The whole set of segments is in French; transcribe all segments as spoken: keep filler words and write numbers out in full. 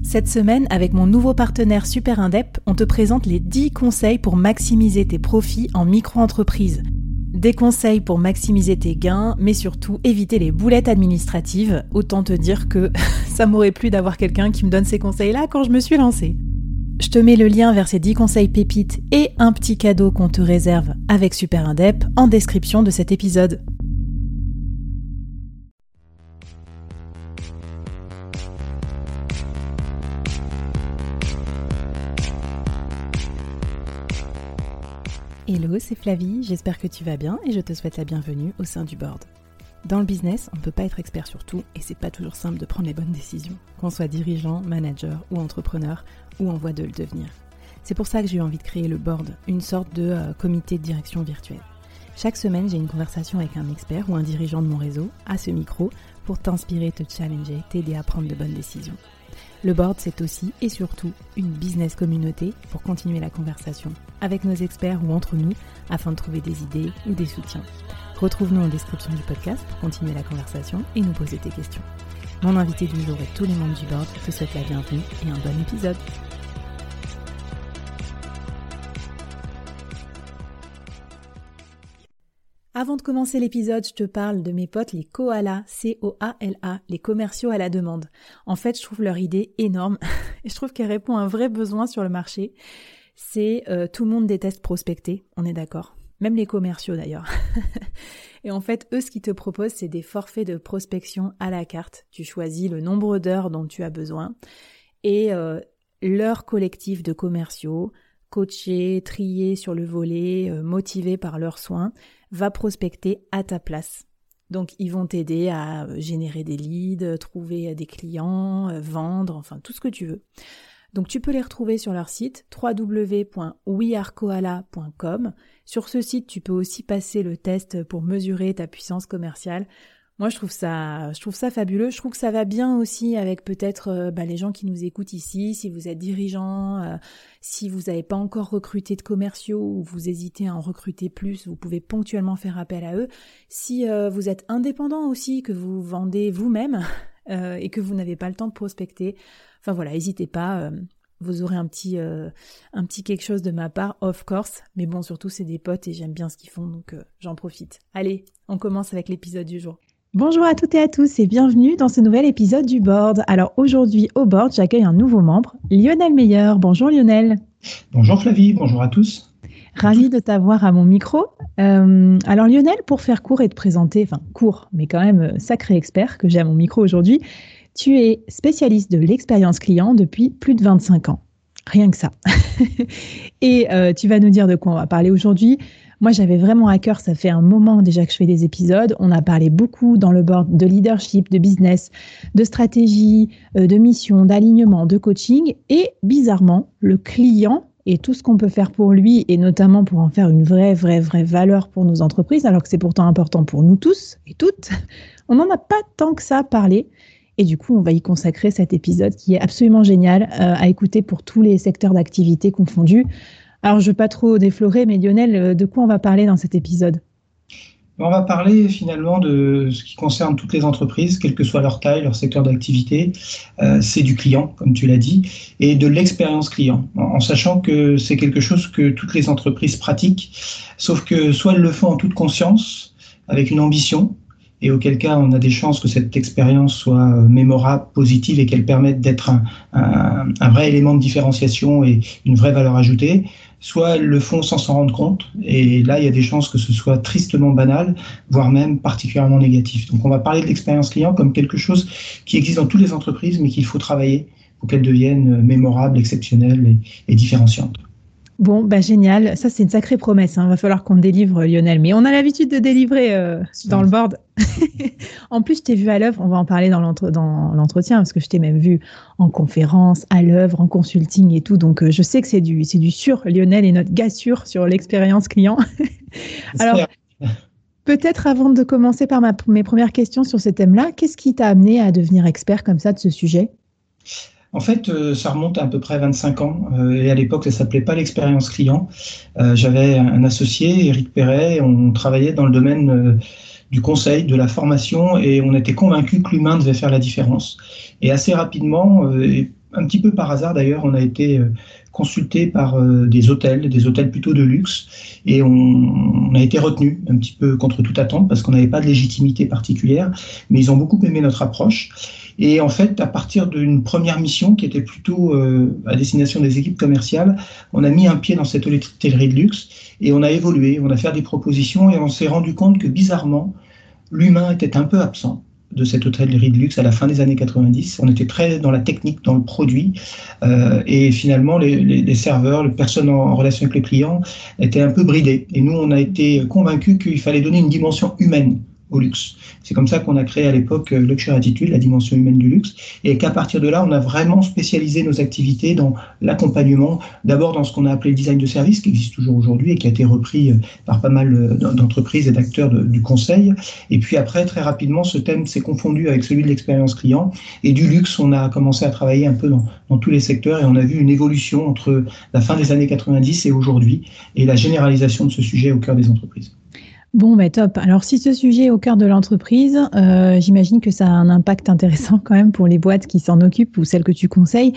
Cette semaine, avec mon nouveau partenaire Super Indep, on te présente les dix conseils pour maximiser tes profits en micro-entreprise. Des conseils pour maximiser tes gains, mais surtout éviter les boulettes administratives. Autant te dire que ça m'aurait plu d'avoir quelqu'un qui me donne ces conseils-là quand je me suis lancée. Je te mets le lien vers ces dix conseils pépites et un petit cadeau qu'on te réserve avec Super Indep en description de cet épisode. Hello, c'est Flavie, j'espère que tu vas bien et je te souhaite la bienvenue au sein du board. Dans le business, on ne peut pas être expert sur tout et c'est pas toujours simple de prendre les bonnes décisions, qu'on soit dirigeant, manager ou entrepreneur ou en voie de le devenir. C'est pour ça que j'ai eu envie de créer le board, une sorte de euh, comité de direction virtuel. Chaque semaine, j'ai une conversation avec un expert ou un dirigeant de mon réseau à ce micro pour t'inspirer, te challenger, t'aider à prendre de bonnes décisions. Le board, c'est aussi et surtout une business communauté pour continuer la conversation avec nos experts ou entre nous afin de trouver des idées ou des soutiens. Retrouve-nous en description du podcast pour continuer la conversation et nous poser tes questions. Mon invité du jour et tous les membres du board te souhaitent la bienvenue et un bon épisode. Avant de commencer l'épisode, je te parle de mes potes les Koala, C O A L A, les commerciaux à la demande. En fait, je trouve leur idée énorme et je trouve qu'elle répond à un vrai besoin sur le marché. C'est euh, tout le monde déteste prospecter, on est d'accord. Même les commerciaux d'ailleurs. Et en fait, eux, ce qu'ils te proposent, c'est des forfaits de prospection à la carte. Tu choisis le nombre d'heures dont tu as besoin et euh, leur collectif de commerciaux, coachés, triés sur le volet, euh, motivés par leurs soins, va prospecter à ta place. Donc, ils vont t'aider à générer des leads, trouver des clients, vendre, enfin tout ce que tu veux. Donc, tu peux les retrouver sur leur site w w w point we are koala point com. Sur ce site, tu peux aussi passer le test pour mesurer ta puissance commerciale. Moi, je trouve ça, je trouve ça fabuleux. Je trouve que ça va bien aussi avec peut-être euh, bah, les gens qui nous écoutent ici. Si vous êtes dirigeant, euh, si vous n'avez pas encore recruté de commerciaux ou vous hésitez à en recruter plus, vous pouvez ponctuellement faire appel à eux. Si euh, vous êtes indépendant aussi, que vous vendez vous-même euh, et que vous n'avez pas le temps de prospecter, enfin voilà, n'hésitez pas. Euh, vous aurez un petit, euh, un petit quelque chose de ma part, of course. Mais bon, surtout, c'est des potes et j'aime bien ce qu'ils font, donc euh, j'en profite. Allez, on commence avec l'épisode du jour. Bonjour à toutes et à tous et bienvenue dans ce nouvel épisode du board. Alors aujourd'hui au board, j'accueille un nouveau membre, Lionel Meyer. Bonjour Lionel. Bonjour Flavie, bonjour à tous. Ravi de t'avoir à mon micro. Euh, alors Lionel, pour faire court et te présenter, enfin court, mais quand même sacré expert que j'ai à mon micro aujourd'hui, tu es spécialiste de l'expérience client depuis plus de vingt-cinq ans. Rien que ça. Et euh, tu vas nous dire de quoi on va parler aujourd'hui. Moi, j'avais vraiment à cœur, ça fait un moment déjà que je fais des épisodes. On a parlé beaucoup dans le board de leadership, de business, de stratégie, de mission, d'alignement, de coaching. Et bizarrement, le client et tout ce qu'on peut faire pour lui, et notamment pour en faire une vraie, vraie, vraie valeur pour nos entreprises, alors que c'est pourtant important pour nous tous et toutes, on n'en a pas tant que ça parlé. Et du coup, on va y consacrer cet épisode qui est absolument génial euh, à écouter pour tous les secteurs d'activité confondus. Alors, je ne veux pas trop déflorer, mais Lionel, de quoi on va parler dans cet épisode ? On va parler finalement de ce qui concerne toutes les entreprises, quelle que soit leur taille, leur secteur d'activité. Euh, c'est du client, comme tu l'as dit, et de l'expérience client, en, en sachant que c'est quelque chose que toutes les entreprises pratiquent, sauf que soit elles le font en toute conscience, avec une ambition, et auquel cas on a des chances que cette expérience soit mémorable, positive et qu'elle permette d'être un, un, un vrai élément de différenciation et une vraie valeur ajoutée, soit elles le font sans s'en rendre compte et là il y a des chances que ce soit tristement banal, voire même particulièrement négatif. Donc on va parler de l'expérience client comme quelque chose qui existe dans toutes les entreprises mais qu'il faut travailler pour qu'elle devienne mémorable, exceptionnelle et, et différenciante. Bon, bah génial. Ça, c'est une sacrée promesse. Hein. Va falloir qu'on délivre, Lionel. Mais on a l'habitude de délivrer euh, dans le board. En plus, je t'ai vu à l'œuvre. On va en parler dans, l'entre- dans l'entretien parce que je t'ai même vu en conférence, à l'œuvre, en consulting et tout. Donc, euh, je sais que c'est du, c'est du sûr. Lionel est notre gars sûr sur l'expérience client. Alors, peut-être avant de commencer par ma, mes premières questions sur ce thème-là, qu'est-ce qui t'a amené à devenir expert comme ça de ce sujet ? En fait, euh, ça remonte à à peu près vingt-cinq ans euh, et à l'époque, ça s'appelait pas l'expérience client. Euh, j'avais un associé, Éric Perret, on travaillait dans le domaine euh, du conseil, de la formation et on était convaincus que l'humain devait faire la différence. Et assez rapidement, euh, un petit peu par hasard d'ailleurs, on a été euh, consulté par euh, des hôtels, des hôtels plutôt de luxe, et on, on a été retenu un petit peu contre toute attente parce qu'on n'avait pas de légitimité particulière, mais ils ont beaucoup aimé notre approche. Et en fait, à partir d'une première mission qui était plutôt euh, à destination des équipes commerciales, on a mis un pied dans cette hôtellerie de luxe et on a évolué, on a fait des propositions et on s'est rendu compte que bizarrement, l'humain était un peu absent de cette hôtellerie de luxe à la fin des années quatre-vingt-dix. On était très dans la technique, dans le produit, euh, et finalement les, les, les serveurs, les personnes en, en relation avec les clients étaient un peu bridés. Et nous, on a été convaincus qu'il fallait donner une dimension humaine au luxe. C'est comme ça qu'on a créé à l'époque Luxury Attitude, la dimension humaine du luxe, et qu'à partir de là, on a vraiment spécialisé nos activités dans l'accompagnement, d'abord dans ce qu'on a appelé le design de service, qui existe toujours aujourd'hui et qui a été repris par pas mal d'entreprises et d'acteurs de, du conseil. Et puis après, très rapidement, ce thème s'est confondu avec celui de l'expérience client, et du luxe, on a commencé à travailler un peu dans, dans tous les secteurs, et on a vu une évolution entre la fin des années quatre-vingt-dix et aujourd'hui, et la généralisation de ce sujet au cœur des entreprises. Bon, bah top. Alors, si ce sujet est au cœur de l'entreprise, euh, j'imagine que ça a un impact intéressant quand même pour les boîtes qui s'en occupent ou celles que tu conseilles.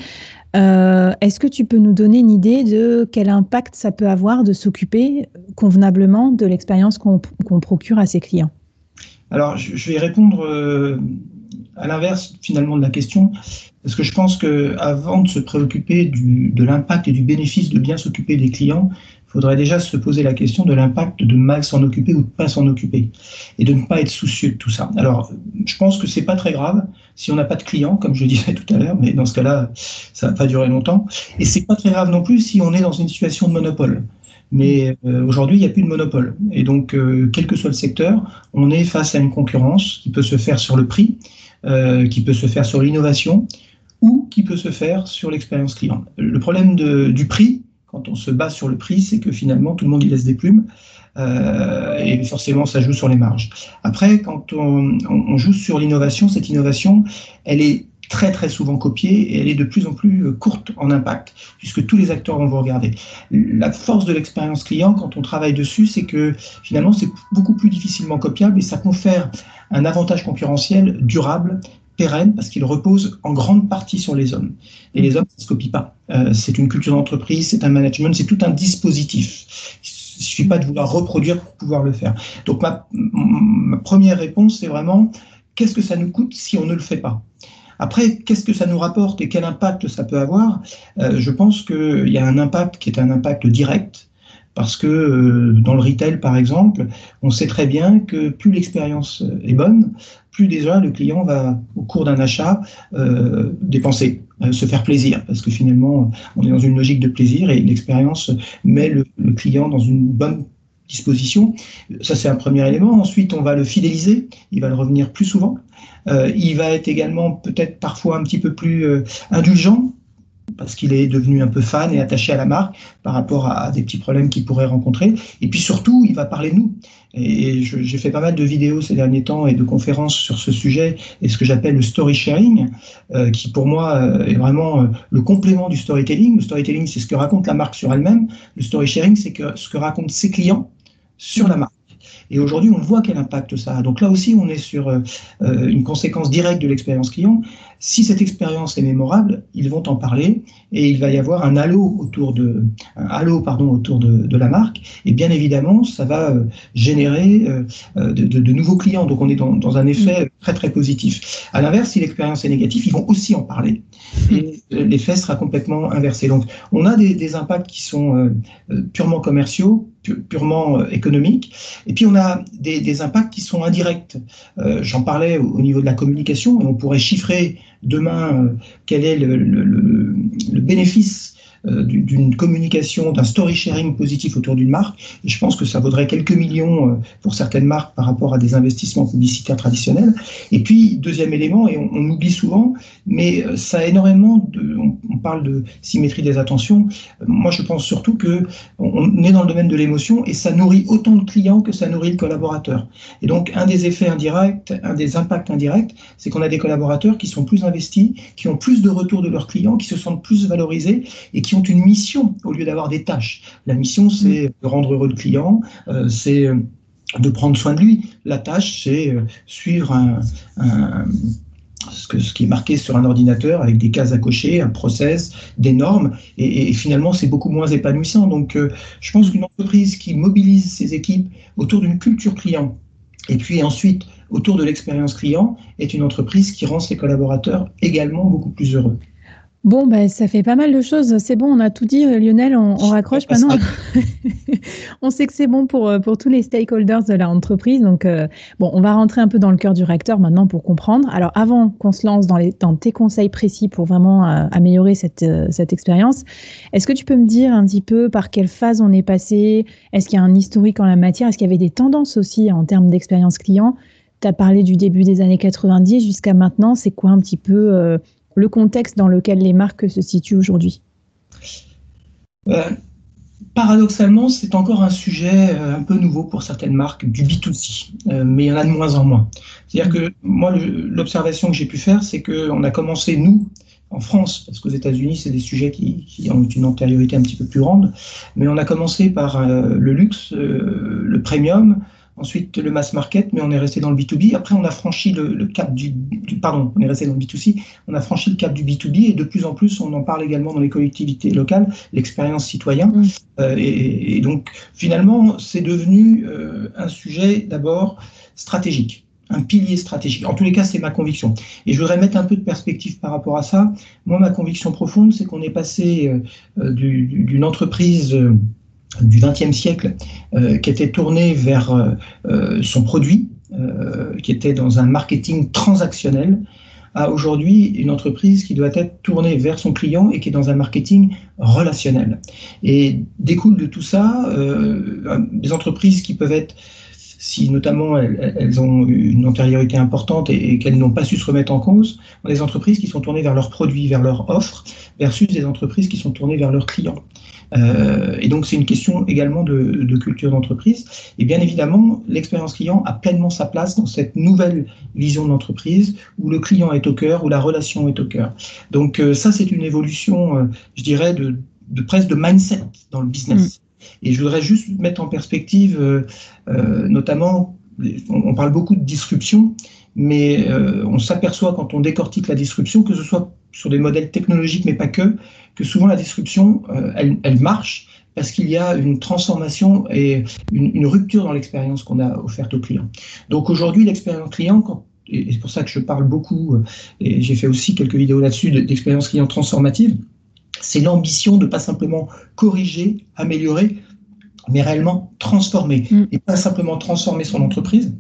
Euh, est-ce que tu peux nous donner une idée de quel impact ça peut avoir de s'occuper convenablement de l'expérience qu'on, qu'on procure à ses clients? Alors, je vais répondre euh, à l'inverse finalement de la question, parce que je pense qu'avant de se préoccuper du, de l'impact et du bénéfice de bien s'occuper des clients, il faudrait déjà se poser la question de l'impact de mal s'en occuper ou de pas s'en occuper, et de ne pas être soucieux de tout ça. Alors, je pense que c'est pas très grave si on n'a pas de clients, comme je disais tout à l'heure, mais dans ce cas-là, ça va pas durer longtemps. Et c'est pas très grave non plus si on est dans une situation de monopole. Mais euh, aujourd'hui, il n'y a plus de monopole. Et donc, euh, quel que soit le secteur, on est face à une concurrence qui peut se faire sur le prix, euh, qui peut se faire sur l'innovation, ou qui peut se faire sur l'expérience client. Le problème de, du prix, quand on se base sur le prix, c'est que finalement, tout le monde y laisse des plumes, euh, et forcément, ça joue sur les marges. Après, quand on, on joue sur l'innovation, cette innovation, elle est très très souvent copiée et elle est de plus en plus courte en impact, puisque tous les acteurs vont vous regarder. La force de l'expérience client, quand on travaille dessus, c'est que finalement, c'est beaucoup plus difficilement copiable et ça confère un avantage concurrentiel durable, pérenne, parce qu'il repose en grande partie sur les hommes. Et les hommes, ça ne se copie pas. Euh, c'est une culture d'entreprise, c'est un management, c'est tout un dispositif. Il ne suffit pas de vouloir reproduire pour pouvoir le faire. Donc ma, ma première réponse, c'est vraiment, qu'est-ce que ça nous coûte si on ne le fait pas ? Après, qu'est-ce que ça nous rapporte et quel impact ça peut avoir ? euh, Je pense qu'il y a un impact qui est un impact direct, parce que euh, dans le retail, par exemple, on sait très bien que plus l'expérience est bonne, plus déjà le client va, au cours d'un achat, euh, dépenser, euh, se faire plaisir, parce que finalement, on est dans une logique de plaisir et l'expérience met le, le client dans une bonne disposition. Ça, c'est un premier élément. Ensuite, on va le fidéliser, il va le revenir plus souvent. Euh, il va être également peut-être parfois un petit peu plus euh, indulgent, parce qu'il est devenu un peu fan et attaché à la marque par rapport à des petits problèmes qu'il pourrait rencontrer. Et puis surtout, il va parler de nous. Et je, j'ai fait pas mal de vidéos ces derniers temps et de conférences sur ce sujet et ce que j'appelle le story sharing, euh, qui pour moi euh, est vraiment euh, le complément du storytelling. Le storytelling, c'est ce que raconte la marque sur elle-même. Le story sharing, c'est que, ce que racontent ses clients sur la marque. Et aujourd'hui, on voit quel impact ça a. Donc là aussi, on est sur euh, une conséquence directe de l'expérience client. Si cette expérience est mémorable, ils vont en parler et il va y avoir un halo autour de, un halo, pardon, autour de, de la marque. Et bien évidemment, ça va euh, générer euh, de, de, de nouveaux clients. Donc on est dans, dans un effet très très positif. À l'inverse, si l'expérience est négative, ils vont aussi en parler et l'effet sera complètement inversé. Donc on a des, des impacts qui sont euh, purement commerciaux, purement euh, économiques. Et puis on a des, des impacts qui sont indirects. Euh, j'en parlais au, au niveau de la communication et on pourrait chiffrer demain euh, quel est le, le, le, le bénéfice euh, d'une communication, d'un story sharing positif autour d'une marque. Et je pense que ça vaudrait quelques millions euh, pour certaines marques par rapport à des investissements publicitaires traditionnels. Et puis, deuxième élément, et on, on oublie souvent, mais euh, ça a énormément de... On, on parle de symétrie des attentions. Euh, moi, je pense surtout que on, on est dans le domaine de l'émotion et ça nourrit autant le client que ça nourrit le collaborateur. Et donc, un des effets indirects, un des impacts indirects, c'est qu'on a des collaborateurs qui sont plus investis, qui ont plus de retours de leurs clients, qui se sentent plus valorisés et qui ont une mission au lieu d'avoir des tâches. La mission, c'est de rendre heureux le client, euh, c'est de prendre soin de lui. La tâche, c'est suivre un, un, ce, que, ce qui est marqué sur un ordinateur avec des cases à cocher, un process, des normes, et, et finalement c'est beaucoup moins épanouissant. Donc euh, je pense qu'une entreprise qui mobilise ses équipes autour d'une culture client, et puis ensuite autour de l'expérience client, est une entreprise qui rend ses collaborateurs également beaucoup plus heureux. Bon, ben, ça fait pas mal de choses. C'est bon, on a tout dit, Lionel, on, on raccroche maintenant. On sait que c'est bon pour, pour tous les stakeholders de l'entreprise. Donc, euh, bon, on va rentrer un peu dans le cœur du réacteur maintenant pour comprendre. Alors, avant qu'on se lance dans, les, dans tes conseils précis pour vraiment euh, améliorer cette, euh, cette expérience, est-ce que tu peux me dire un petit peu par quelle phase on est passé? Est-ce qu'il y a un historique en la matière? Est-ce qu'il y avait des tendances aussi en termes d'expérience client? Tu as parlé du début des années quatre-vingt-dix jusqu'à maintenant. C'est quoi un petit peu... Euh, le contexte dans lequel les marques se situent aujourd'hui? euh, Paradoxalement, c'est encore un sujet euh, un peu nouveau pour certaines marques, du B deux C, euh, mais il y en a de moins en moins. C'est-à-dire que moi, le, l'observation que j'ai pu faire, c'est qu'on a commencé, nous, en France, parce qu'aux États-Unis, c'est des sujets qui, qui ont une antériorité un petit peu plus grande, mais on a commencé par euh, le luxe, euh, le premium, ensuite le mass market, mais on est resté dans le B deux B. Après, on a franchi le, le cap du, du... Pardon, on est resté dans le B deux C. On a franchi le cap du B deux B et de plus en plus, on en parle également dans les collectivités locales, l'expérience citoyen. Mmh. Euh, et, et donc, finalement, c'est devenu euh, un sujet d'abord stratégique, un pilier stratégique. En tous les cas, c'est ma conviction. Et je voudrais mettre un peu de perspective par rapport à ça. Moi, ma conviction profonde, c'est qu'on est passé euh, du, d'une entreprise... Euh, du vingtième siècle, euh, qui était tourné vers euh, son produit, euh, qui était dans un marketing transactionnel, à aujourd'hui une entreprise qui doit être tournée vers son client et qui est dans un marketing relationnel. Et découle de tout ça euh, des entreprises qui peuvent être, si notamment elles, elles ont une antériorité importante et, et qu'elles n'ont pas su se remettre en cause, des entreprises qui sont tournées vers leurs produits, vers leurs offres, versus des entreprises qui sont tournées vers leurs clients. Euh, et donc, c'est une question également de, de culture d'entreprise. Et bien évidemment, l'expérience client a pleinement sa place dans cette nouvelle vision de l'entreprise où le client est au cœur, où la relation est au cœur. Donc, euh, ça, c'est une évolution, euh, je dirais, de, de presque de mindset dans le business. Mmh. Et je voudrais juste mettre en perspective, euh, euh, notamment, on, on parle beaucoup de disruption, mais euh, on s'aperçoit quand on décortique la disruption, que ce soit sur des modèles technologiques, mais pas que, que souvent la disruption, euh, elle, elle marche parce qu'il y a une transformation et une, une rupture dans l'expérience qu'on a offerte aux clients. Donc aujourd'hui, l'expérience client, quand, et c'est pour ça que je parle beaucoup, et j'ai fait aussi quelques vidéos là-dessus, d'expérience client transformative, c'est l'ambition de pas simplement corriger, améliorer, mais réellement transformer. Mmh. Et pas simplement transformer son entreprise,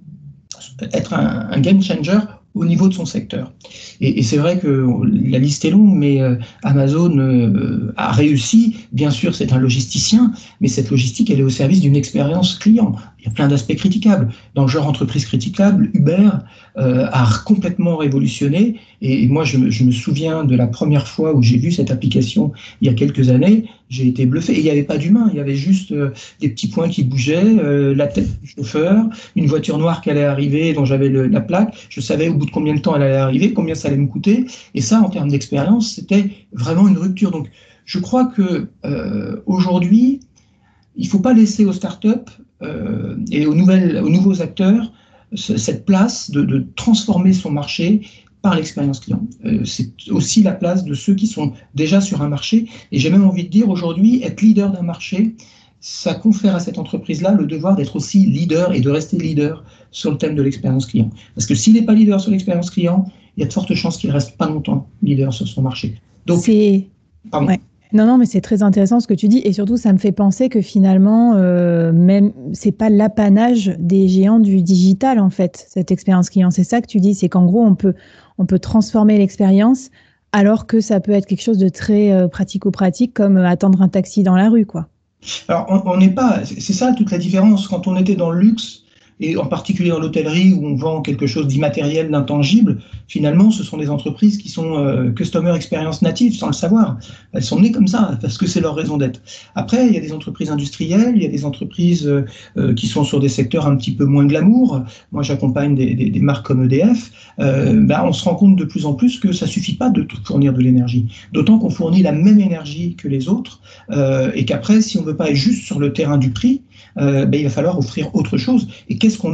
être un, un game changer au niveau de son secteur. Et, et c'est vrai que la liste est longue, mais euh, Amazon euh, a réussi. Bien sûr, c'est un logisticien, mais cette logistique, elle est au service d'une expérience client. Il y a plein d'aspects critiquables. Dans le genre entreprise critiquable, Uber euh, a complètement révolutionné. Et, et moi, je me, je me souviens de la première fois où j'ai vu cette application il y a quelques années. J'ai été bluffé. Et il n'y avait pas d'humain. Il y avait juste euh, des petits points qui bougeaient, euh, la tête du chauffeur, une voiture noire qui allait arriver, dont j'avais le, la plaque. Je savais au bout de combien de temps elle allait arriver, combien ça allait me coûter. Et ça, en termes d'expérience, c'était vraiment une rupture. Donc, je crois que euh, aujourd'hui, il ne faut pas laisser aux startups euh, et aux, nouvelles, aux nouveaux acteurs ce, cette place de, de transformer son marché par l'expérience client. Euh, c'est aussi la place de ceux qui sont déjà sur un marché. Et j'ai même envie de dire aujourd'hui, être leader d'un marché, ça confère à cette entreprise-là le devoir d'être aussi leader et de rester leader sur le thème de l'expérience client. Parce que s'il n'est pas leader sur l'expérience client, il y a de fortes chances qu'il ne reste pas longtemps leader sur son marché. Donc, c'est... Pardon. Ouais. Non, non, mais c'est très intéressant ce que tu dis. Et surtout, ça me fait penser que finalement, euh, même, c'est pas l'apanage des géants du digital, en fait, cette expérience client. C'est ça que tu dis, c'est qu'en gros, on peut, on peut transformer l'expérience alors que ça peut être quelque chose de très euh, pratico-pratique, comme attendre un taxi dans la rue, quoi. Alors, on n'est pas... C'est ça toute la différence. Quand on était dans le luxe, et en particulier dans l'hôtellerie où on vend quelque chose d'immatériel, d'intangible, finalement, ce sont des entreprises qui sont euh, customer experience native, sans le savoir. Elles sont nées comme ça, parce que c'est leur raison d'être. Après, il y a des entreprises industrielles, il y a des entreprises euh, qui sont sur des secteurs un petit peu moins glamour. Moi, j'accompagne des, des, des marques comme E D F. Euh, ben, on se rend compte de plus en plus que ça suffit pas de fournir de l'énergie. D'autant qu'on fournit la même énergie que les autres, euh, et qu'après, si on veut pas être juste sur le terrain du prix, Euh, ben, il va falloir offrir autre chose. Et qu'est-ce qu'on offre?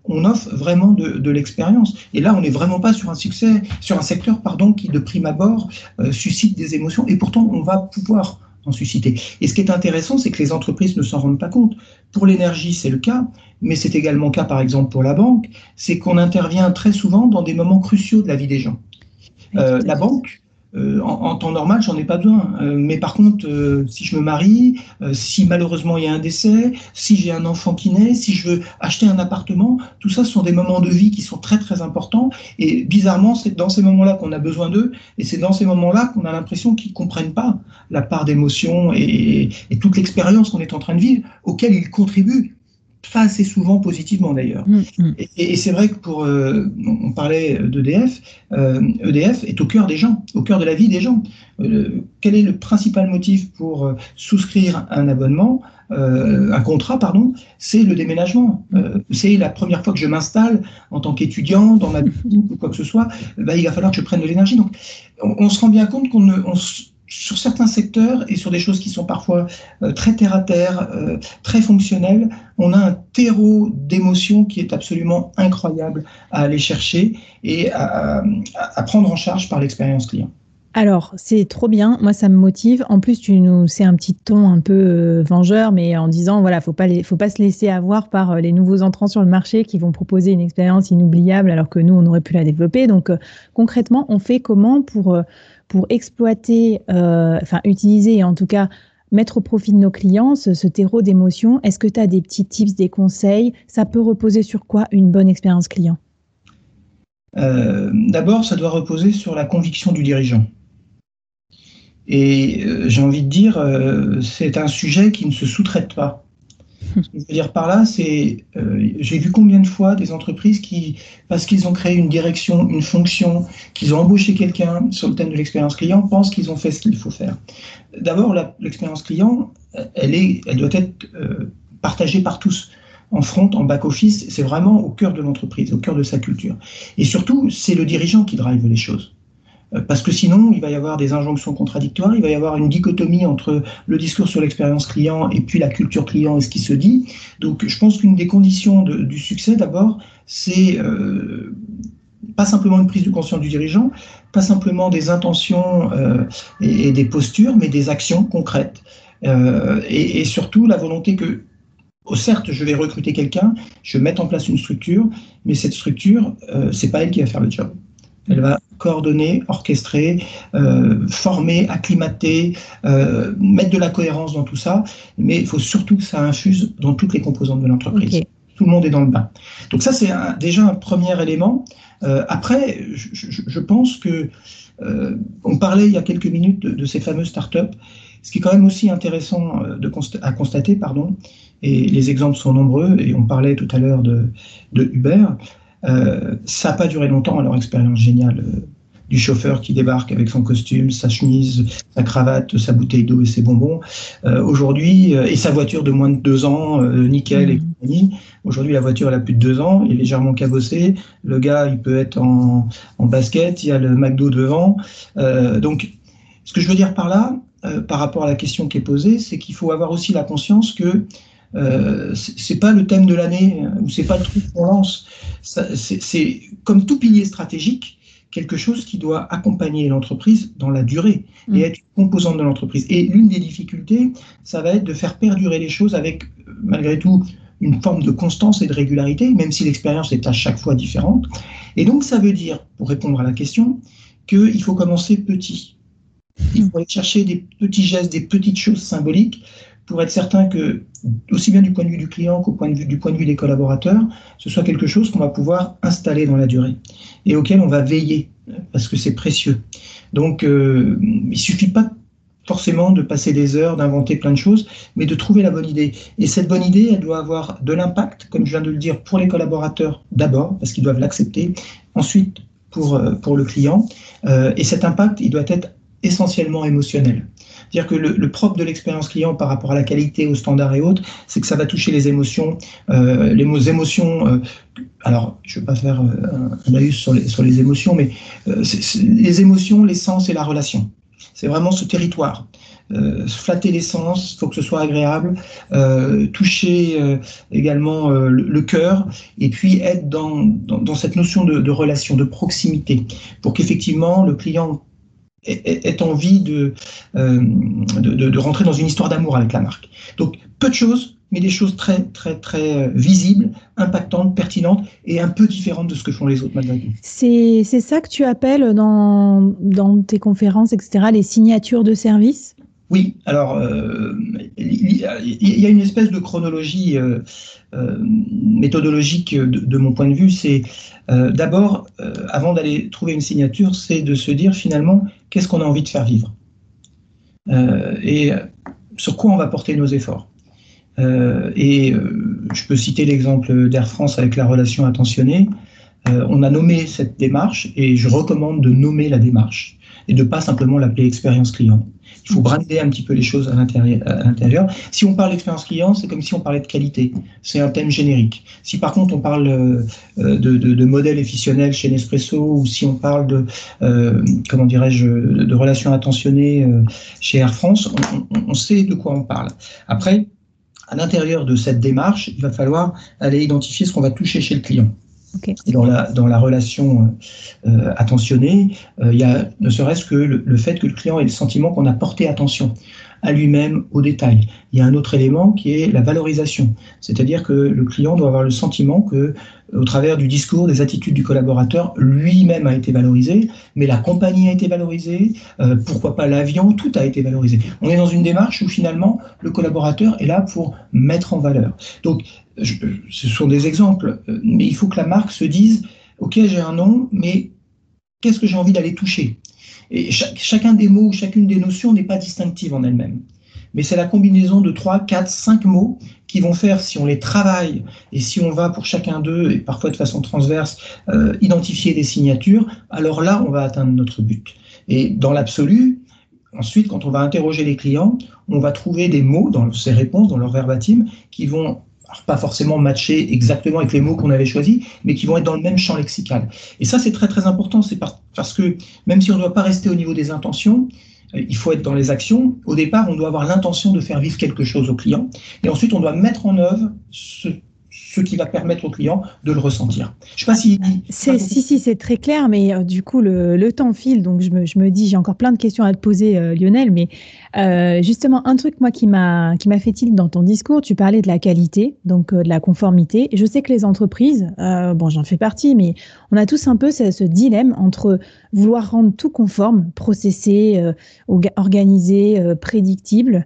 on offre vraiment de, de l'expérience. Et là, on n'est vraiment pas sur un succès, sur un secteur, pardon, qui de prime abord euh, suscite des émotions, et pourtant on va pouvoir en susciter. Et ce qui est intéressant, c'est que les entreprises ne s'en rendent pas compte. Pour l'énergie, c'est le cas, mais c'est également le cas, par exemple, pour la banque, c'est qu'on intervient très souvent dans des moments cruciaux de la vie des gens. Euh, la banque, euh, en, en temps normal, j'en ai pas besoin. Euh, mais par contre, euh, si je me marie, euh, si malheureusement il y a un décès, si j'ai un enfant qui naît, si je veux acheter un appartement, tout ça, ce sont des moments de vie qui sont très très importants. Et bizarrement, c'est dans ces moments-là qu'on a besoin d'eux, et c'est dans ces moments-là qu'on a l'impression qu'ils comprennent pas la part d'émotion et, et toute l'expérience qu'on est en train de vivre, auquel ils contribuent. Pas assez souvent positivement d'ailleurs. Mmh, mmh. Et, et c'est vrai que pour, euh, on parlait d'E D F, euh, E D F est au cœur des gens, au cœur de la vie des gens. Euh, quel est le principal motif pour euh, souscrire un abonnement, euh, un contrat, pardon, c'est le déménagement. Euh, c'est la première fois que je m'installe en tant qu'étudiant dans ma boutique ou quoi que ce soit, bah, il va falloir que je prenne de l'énergie. Donc, on, on se rend bien compte qu'on ne, on, sur certains secteurs et sur des choses qui sont parfois euh, très terre-à-terre, euh, très fonctionnelles, on a un terreau d'émotions qui est absolument incroyable à aller chercher et à, à, à prendre en charge par l'expérience client. Alors, c'est trop bien. Moi, ça me motive. En plus, tu nous, c'est un petit ton un peu euh, vengeur, mais en disant, voilà, faut pas les, faut pas se laisser avoir par euh, les nouveaux entrants sur le marché qui vont proposer une expérience inoubliable alors que nous, on aurait pu la développer. Donc, euh, concrètement, on fait comment pour, euh, pour exploiter, euh, enfin, utiliser et en tout cas, mettre au profit de nos clients ce, ce terreau d'émotions? Est-ce que tu as des petits tips, des conseils? Ça peut reposer sur quoi une bonne expérience client? euh, D'abord, ça doit reposer sur la conviction du dirigeant. Et euh, j'ai envie de dire, euh, c'est un sujet qui ne se sous-traite pas. Ce que je veux dire par là, c'est, euh, j'ai vu combien de fois des entreprises qui, parce qu'ils ont créé une direction, une fonction, qu'ils ont embauché quelqu'un sur le thème de l'expérience client, pensent qu'ils ont fait ce qu'il faut faire. D'abord, la, l'expérience client, elle, est, elle doit être euh, partagée par tous. En front, en back-office, c'est vraiment au cœur de l'entreprise, au cœur de sa culture. Et surtout, c'est le dirigeant qui drive les choses. Parce que sinon, il va y avoir des injonctions contradictoires, il va y avoir une dichotomie entre le discours sur l'expérience client et puis la culture client et ce qui se dit. Donc, je pense qu'une des conditions de, du succès, d'abord, c'est euh, pas simplement une prise de conscience du dirigeant, pas simplement des intentions euh, et, et des postures, mais des actions concrètes. Euh, et, et surtout, la volonté que, oh, certes, je vais recruter quelqu'un, je vais mettre en place une structure, mais cette structure, euh, c'est pas elle qui va faire le job. Elle va coordonner, orchestrer, euh, former, acclimater, euh, mettre de la cohérence dans tout ça, mais il faut surtout que ça infuse dans toutes les composantes de l'entreprise. Okay. Tout le monde est dans le bain. Donc ça, c'est un, déjà un premier élément. Euh, après, je, je, je pense que euh, on parlait il y a quelques minutes de, de ces fameuses startups. Ce qui est quand même aussi intéressant de const- à constater, pardon, et les exemples sont nombreux, et on parlait tout à l'heure de, de Uber. Euh, ça n'a pas duré longtemps à leur expérience géniale euh, du chauffeur qui débarque avec son costume, sa chemise, sa cravate, sa bouteille d'eau et ses bonbons. Euh, aujourd'hui, euh, et sa voiture de moins de deux ans, euh, nickel mmh. et compagnie. Aujourd'hui, la voiture elle a plus de deux ans, elle est légèrement cabossée. Le gars, il peut être en, en basket, il y a le McDo devant. Euh, donc, ce que je veux dire par là, euh, par rapport à la question qui est posée, c'est qu'il faut avoir aussi la conscience que Euh, c'est pas le thème de l'année, ou c'est pas le truc qu'on lance. Ça, c'est, c'est comme tout pilier stratégique, quelque chose qui doit accompagner l'entreprise dans la durée et mmh. être une composante de l'entreprise. Et l'une des difficultés, ça va être de faire perdurer les choses avec, malgré tout, une forme de constance et de régularité, même si l'expérience est à chaque fois différente. Et donc, ça veut dire, pour répondre à la question, qu'il faut commencer petit. Il faut aller chercher des petits gestes, des petites choses symboliques pour être certain que, aussi bien du point de vue du client qu'au point de vue, du point de vue des collaborateurs, ce soit quelque chose qu'on va pouvoir installer dans la durée et auquel on va veiller, parce que c'est précieux. Donc, euh, il ne suffit pas forcément de passer des heures, d'inventer plein de choses, mais de trouver la bonne idée. Et cette bonne idée, elle doit avoir de l'impact, comme je viens de le dire, pour les collaborateurs d'abord, parce qu'ils doivent l'accepter, ensuite pour, pour le client, euh, et cet impact, il doit être essentiellement émotionnel. C'est-à-dire que le, le propre de l'expérience client par rapport à la qualité, aux standards et autres, c'est que ça va toucher les émotions. Euh, les émotions, euh, alors je ne vais pas faire euh, un laïus sur les, sur les émotions, mais euh, c'est, c'est les émotions, les sens et la relation. C'est vraiment ce territoire. Euh, flatter les sens, il faut que ce soit agréable, euh, toucher euh, également euh, le, le cœur, et puis être dans, dans, dans cette notion de, de relation, de proximité, pour qu'effectivement le client ait, ait envie de, euh, de, de, de rentrer dans une histoire d'amour avec la marque. Donc peu de choses, mais des choses très très très visibles, impactantes, pertinentes et un peu différentes de ce que font les autres malgré tout. C'est, c'est ça que tu appelles dans, dans tes conférences, et cetera, les signatures de service? Oui, alors euh, il y a une espèce de chronologie euh, euh, méthodologique de, de mon point de vue. C'est euh, d'abord, euh, avant d'aller trouver une signature, c'est de se dire finalement qu'est-ce qu'on a envie de faire vivre euh, et sur quoi on va porter nos efforts. Euh, et euh, je peux citer l'exemple d'Air France avec la relation attentionnée. Euh, on a nommé cette démarche et je recommande de nommer la démarche et de pas simplement l'appeler expérience client. Il faut brander un petit peu les choses à l'intérieur. à l'intérieur. Si on parle d'expérience client, c'est comme si on parlait de qualité. C'est un thème générique. Si par contre on parle euh, de, de, de modèle efficionnel chez Nespresso, ou si on parle de, euh, comment dirais-je, de, de relations attentionnées euh, chez Air France, on, on, on sait de quoi on parle. Après, à l'intérieur de cette démarche, il va falloir aller identifier ce qu'on va toucher chez le client. Okay. Et dans la, dans la relation euh, attentionnée, euh, il y a ne serait-ce que le, le fait que le client ait le sentiment qu'on a porté attention à lui-même, aux détails. Il y a un autre élément qui est la valorisation, c'est-à-dire que le client doit avoir le sentiment que, au travers du discours, des attitudes du collaborateur, lui-même a été valorisé, mais la compagnie a été valorisée, euh, pourquoi pas l'avion, tout a été valorisé. On est dans une démarche où finalement le collaborateur est là pour mettre en valeur. Donc, je, ce sont des exemples, mais il faut que la marque se dise « Ok, j'ai un nom, mais qu'est-ce que j'ai envie d'aller toucher ?» Et chaque, chacun des mots, chacune des notions n'est pas distinctive en elle-même. Mais c'est la combinaison de trois, quatre, cinq mots qui vont faire, si on les travaille et si on va pour chacun d'eux, et parfois de façon transverse, euh, identifier des signatures, alors là, on va atteindre notre but. Et dans l'absolu, ensuite, quand on va interroger les clients, on va trouver des mots dans ces réponses, dans leur verbatim, qui vont alors pas forcément matcher exactement avec les mots qu'on avait choisis, mais qui vont être dans le même champ lexical. Et ça, c'est très très important, c'est parce que même si on ne doit pas rester au niveau des intentions, il faut être dans les actions. Au départ, on doit avoir l'intention de faire vivre quelque chose au client, et ensuite, on doit mettre en œuvre ce, ce qui va permettre au client de le ressentir. Je sais pas si... C'est, si, si, c'est très clair, mais euh, du coup, le, le temps file, donc je me, je me dis, j'ai encore plein de questions à te poser, euh, Lionel, mais euh, justement, un truc, moi, qui m'a, qui m'a fait tilt dans ton discours, tu parlais de la qualité, donc euh, de la conformité. Je sais que les entreprises, euh, bon, j'en fais partie, mais on a tous un peu ce, ce dilemme entre vouloir rendre tout conforme, processé, euh, organisé, euh, prédictible,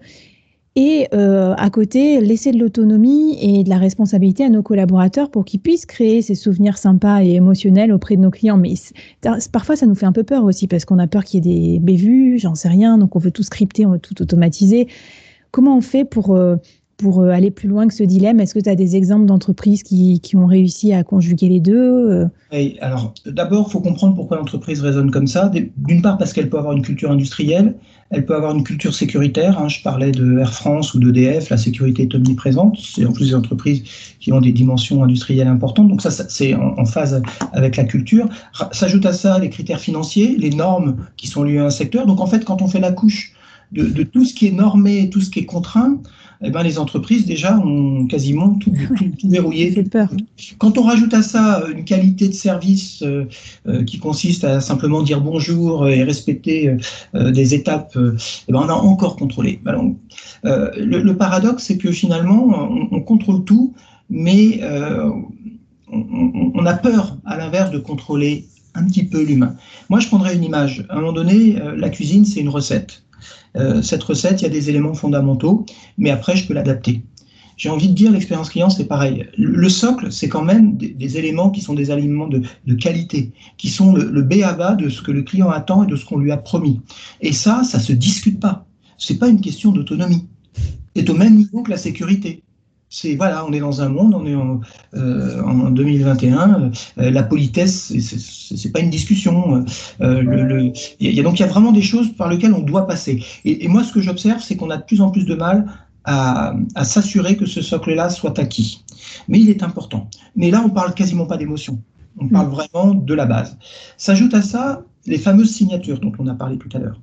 et euh, à côté, laisser de l'autonomie et de la responsabilité à nos collaborateurs pour qu'ils puissent créer ces souvenirs sympas et émotionnels auprès de nos clients. Mais parfois, ça nous fait un peu peur aussi parce qu'on a peur qu'il y ait des bévues, j'en sais rien, donc on veut tout scripter, on veut tout automatiser. Comment on fait pour, euh, pour aller plus loin que ce dilemme? Est-ce que tu as des exemples d'entreprises qui, qui ont réussi à conjuguer les deux? Oui, alors d'abord, il faut comprendre pourquoi l'entreprise raisonne comme ça. D'une part, parce qu'elle peut avoir une culture industrielle, elle peut avoir une culture sécuritaire. Hein. Je parlais de Air France ou d'E D F, la sécurité est omniprésente. C'est en plus des entreprises qui ont des dimensions industrielles importantes. Donc ça, ça c'est en, en phase avec la culture. S'ajoute à ça les critères financiers, les normes qui sont liées à un secteur. Donc en fait, quand on fait la couche de, de tout ce qui est normé, tout ce qui est contraint, eh ben, les entreprises déjà ont quasiment tout, tout, tout verrouillé. Ça fait peur. Quand on rajoute à ça une qualité de service euh, euh, qui consiste à simplement dire bonjour et respecter euh, des étapes, euh, eh ben, on a encore contrôlé. Alors, euh, le, le paradoxe, c'est que finalement, on, on contrôle tout, mais euh, on, on a peur, à l'inverse, de contrôler un petit peu l'humain. Moi, je prendrais une image. À un moment donné, euh, la cuisine, c'est une recette. Euh, cette recette, il y a des éléments fondamentaux, mais après, je peux l'adapter. J'ai envie de dire, l'expérience client, c'est pareil. Le socle, c'est quand même des, des éléments qui sont des éléments de, de qualité, qui sont le, le b a ba de ce que le client attend et de ce qu'on lui a promis. Et ça, ça se discute pas. C'est pas une question d'autonomie. C'est au même niveau que la sécurité. C'est voilà, on est dans un monde, on est en, euh, en deux mille vingt et un. Euh, la politesse, c'est, c'est pas une discussion. Euh, le, le, y a, donc il y a vraiment des choses par lesquelles on doit passer. Et, et moi, ce que j'observe, c'est qu'on a de plus en plus de mal à, à s'assurer que ce socle-là soit acquis. Mais il est important. Mais là, on parle quasiment pas d'émotion. On parle vraiment de la base. S'ajoute à ça les fameuses signatures dont on a parlé tout à l'heure.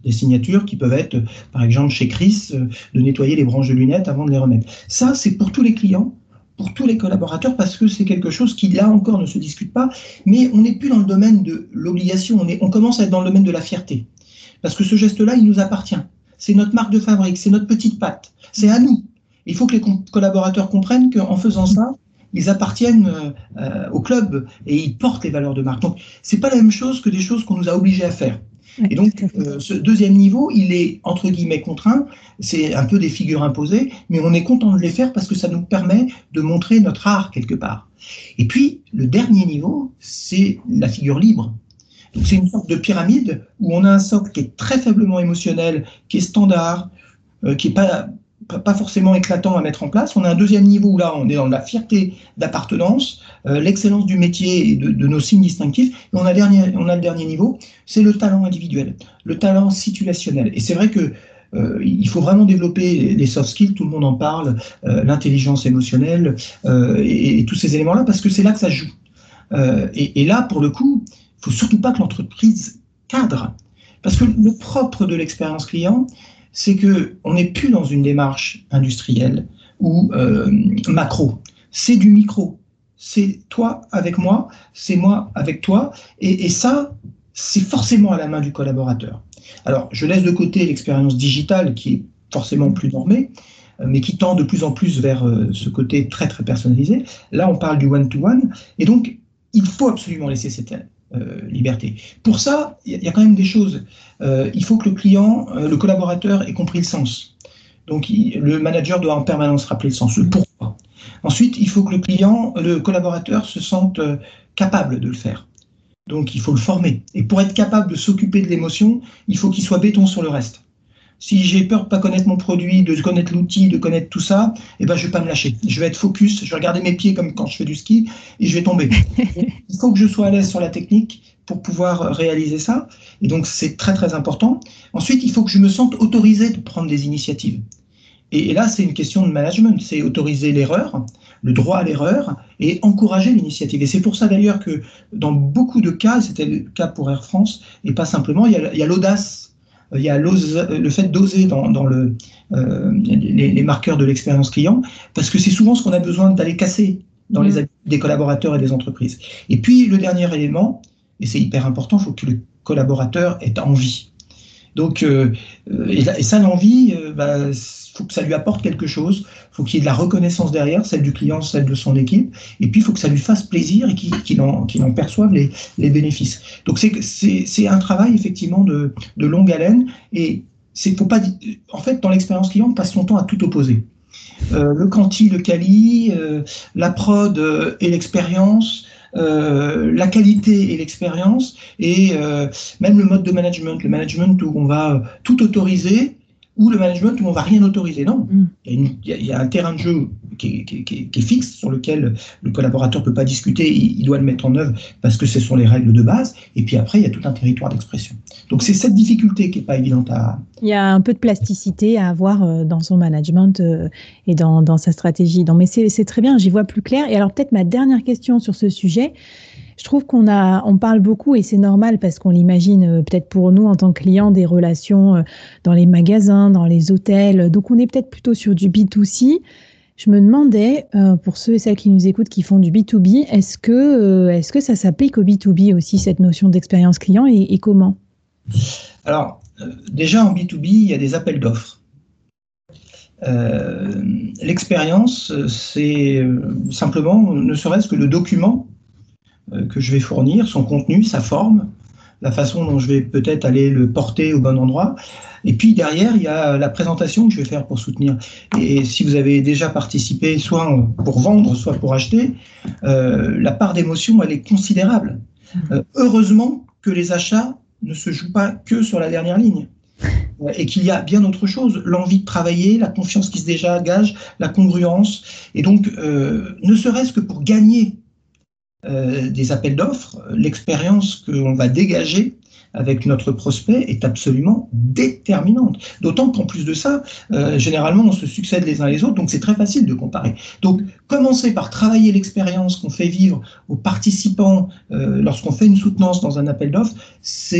Des signatures qui peuvent être, par exemple, chez Chris, euh, de nettoyer les branches de lunettes avant de les remettre. Ça, c'est pour tous les clients, pour tous les collaborateurs, parce que c'est quelque chose qui, là encore, ne se discute pas, mais on n'est plus dans le domaine de l'obligation, on, est, on commence à être dans le domaine de la fierté. Parce que ce geste-là, il nous appartient. C'est notre marque de fabrique, c'est notre petite patte, c'est à nous. Il faut que les collaborateurs comprennent qu'en faisant ça, ils appartiennent euh, au club et ils portent les valeurs de marque. Donc, c'est pas la même chose que des choses qu'on nous a obligés à faire. Et donc, euh, ce deuxième niveau, il est entre guillemets contraint, c'est un peu des figures imposées, mais on est content de les faire parce que ça nous permet de montrer notre art quelque part. Et puis, le dernier niveau, c'est la figure libre. Donc, c'est une sorte de pyramide où on a un socle qui est très faiblement émotionnel, qui est standard, euh, qui n'est pas, pas forcément éclatant à mettre en place. On a un deuxième niveau où là, on est dans la fierté d'appartenance, euh, l'excellence du métier et de, de nos signes distinctifs. Et on a, dernier, on a le dernier niveau, c'est le talent individuel, le talent situationnel. Et c'est vrai que euh, il faut vraiment développer les soft skills, tout le monde en parle, euh, l'intelligence émotionnelle euh, et, et tous ces éléments-là, parce que c'est là que ça joue. Euh, et, et là, pour le coup, il ne faut surtout pas que l'entreprise cadre. Parce que le propre de l'expérience client, c'est qu'on n'est plus dans une démarche industrielle ou euh, macro. C'est du micro. C'est toi avec moi, c'est moi avec toi. Et, et ça, c'est forcément à la main du collaborateur. Alors, je laisse de côté l'expérience digitale qui est forcément plus normée, mais qui tend de plus en plus vers euh, ce côté très, très personnalisé. Là, on parle du one-to-one. Et donc, il faut absolument laisser cette Euh, liberté. Pour ça, il y, y a quand même des choses. Euh, il faut que le client, euh, le collaborateur ait compris le sens. Donc, il, le manager doit en permanence rappeler le sens, le pourquoi. Ensuite, il faut que le client, le collaborateur se sente euh, capable de le faire. Donc, il faut le former. Et pour être capable de s'occuper de l'émotion, il faut qu'il soit béton sur le reste. Si j'ai peur de ne pas connaître mon produit, de connaître l'outil, de connaître tout ça, eh ben, je ne vais pas me lâcher. Je vais être focus, je vais regarder mes pieds comme quand je fais du ski et je vais tomber. Il faut que je sois à l'aise sur la technique pour pouvoir réaliser ça. Et donc, c'est très, très important. Ensuite, il faut que je me sente autorisé de prendre des initiatives. Et, et là, c'est une question de management. C'est autoriser l'erreur, le droit à l'erreur et encourager l'initiative. Et c'est pour ça d'ailleurs que dans beaucoup de cas, c'était le cas pour Air France, et pas simplement, il y a, il y a l'audace. Il y a le fait d'oser dans, dans le, euh, les, les marqueurs de l'expérience client, parce que c'est souvent ce qu'on a besoin d'aller casser dans mmh. les habitudes des collaborateurs et des entreprises. Et puis, le dernier élément, et c'est hyper important, il faut que le collaborateur ait envie. Donc, euh, et, et ça, l'envie, il euh, bah, faut que ça lui apporte quelque chose, il faut qu'il y ait de la reconnaissance derrière, celle du client, celle de son équipe, et puis il faut que ça lui fasse plaisir et qu'il qu'il en, qu'il en perçoive les, les bénéfices. Donc, c'est, c'est, c'est un travail, effectivement, de, de longue haleine, et c'est, faut pas, en fait, dans l'expérience client, on passe son temps à tout opposer. Euh, le quanti, le quali, euh, la prod euh, et l'expérience, Euh, la qualité et l'expérience, et euh, même le mode de management, le management où on va tout autoriser, ou le management où on va rien autoriser. Non, mm. il, y a une, il, y a, il y a un terrain de jeu qui est, qui, est, qui est fixe, sur lequel le collaborateur ne peut pas discuter, il, il doit le mettre en œuvre parce que ce sont les règles de base, et puis après, il y a tout un territoire d'expression. Donc c'est cette difficulté qui n'est pas évidente à... Il y a un peu de plasticité à avoir dans son management et dans, dans sa stratégie. Non, mais c'est, c'est très bien, j'y vois plus clair. Et alors peut-être ma dernière question sur ce sujet, je trouve qu'on a, on parle beaucoup, et c'est normal parce qu'on l'imagine peut-être pour nous en tant que clients, des relations dans les magasins, dans les hôtels. Donc on est peut-être plutôt sur du B deux C. Je me demandais, euh, pour ceux et celles qui nous écoutent qui font du B deux B, est-ce que, euh, est-ce que ça s'applique au B deux B aussi, cette notion d'expérience client, et, et comment ? Alors, euh, déjà en B deux B, il y a des appels d'offres. Euh, l'expérience, c'est euh, simplement, ne serait-ce que le document euh, que je vais fournir, son contenu, sa forme, la façon dont je vais peut-être aller le porter au bon endroit. Et puis derrière, il y a la présentation que je vais faire pour soutenir. Et si vous avez déjà participé, soit pour vendre, soit pour acheter, euh, la part d'émotion, elle est considérable. Euh, heureusement que les achats ne se jouent pas que sur la dernière ligne. Et qu'il y a bien autre chose, l'envie de travailler, la confiance qui se dégage, la congruence. Et donc, euh, ne serait-ce que pour gagner euh, des appels d'offres, l'expérience qu'on va dégager avec notre prospect est absolument déterminante. D'autant qu'en plus de ça, euh, généralement, on se succède les uns les autres, donc c'est très facile de comparer. Donc, commencer par travailler l'expérience qu'on fait vivre aux participants euh, lorsqu'on fait une soutenance dans un appel d'offres, c'est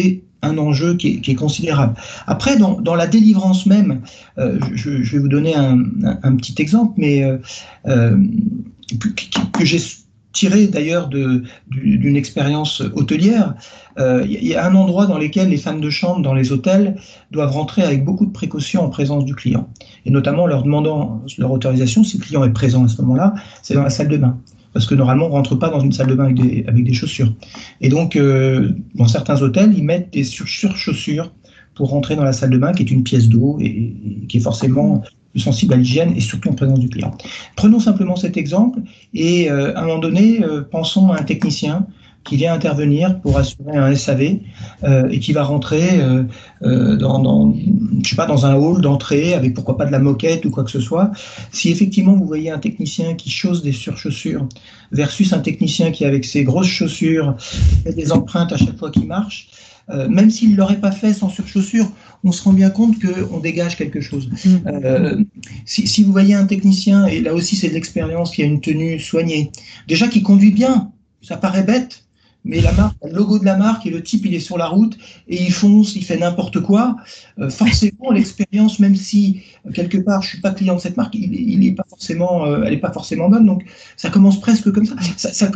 un enjeu qui est, qui est considérable. Après, dans, dans la délivrance même, euh, je, je vais vous donner un, un, un petit exemple, mais euh, euh, que, que j'ai tiré d'ailleurs de, d'une expérience hôtelière. Euh, il y a un endroit dans lequel les femmes de chambre dans les hôtels doivent rentrer avec beaucoup de précautions en présence du client, et notamment leur demandant leur autorisation, si le client est présent à ce moment-là, c'est dans la salle de bain. Parce que normalement, on ne rentre pas dans une salle de bain avec des, avec des chaussures. Et donc, euh, dans certains hôtels, ils mettent des sur-chaussures pour rentrer dans la salle de bain, qui est une pièce d'eau et, et qui est forcément plus sensible à l'hygiène et surtout en présence du client. Prenons simplement cet exemple et euh, à un moment donné, euh, pensons à un technicien qui vient intervenir pour assurer un S A V euh, et qui va rentrer euh, euh, dans, dans, je sais pas, dans un hall d'entrée avec pourquoi pas de la moquette ou quoi que ce soit. Si effectivement vous voyez un technicien qui chausse des surchaussures versus un technicien qui avec ses grosses chaussures fait des empreintes à chaque fois qu'il marche, euh, même s'il ne l'aurait pas fait sans surchaussures, on se rend bien compte qu'on dégage quelque chose. Euh, si, si vous voyez un technicien, et là aussi c'est de l'expérience, qui a une tenue soignée, déjà qui conduit bien, ça paraît bête, mais la marque, le logo de la marque et le type, il est sur la route et il fonce, il fait n'importe quoi. Euh, forcément, l'expérience, même si quelque part je suis pas client de cette marque, il, il est pas forcément, euh, elle est pas forcément bonne. Donc, ça commence presque comme ça. Ça, ça.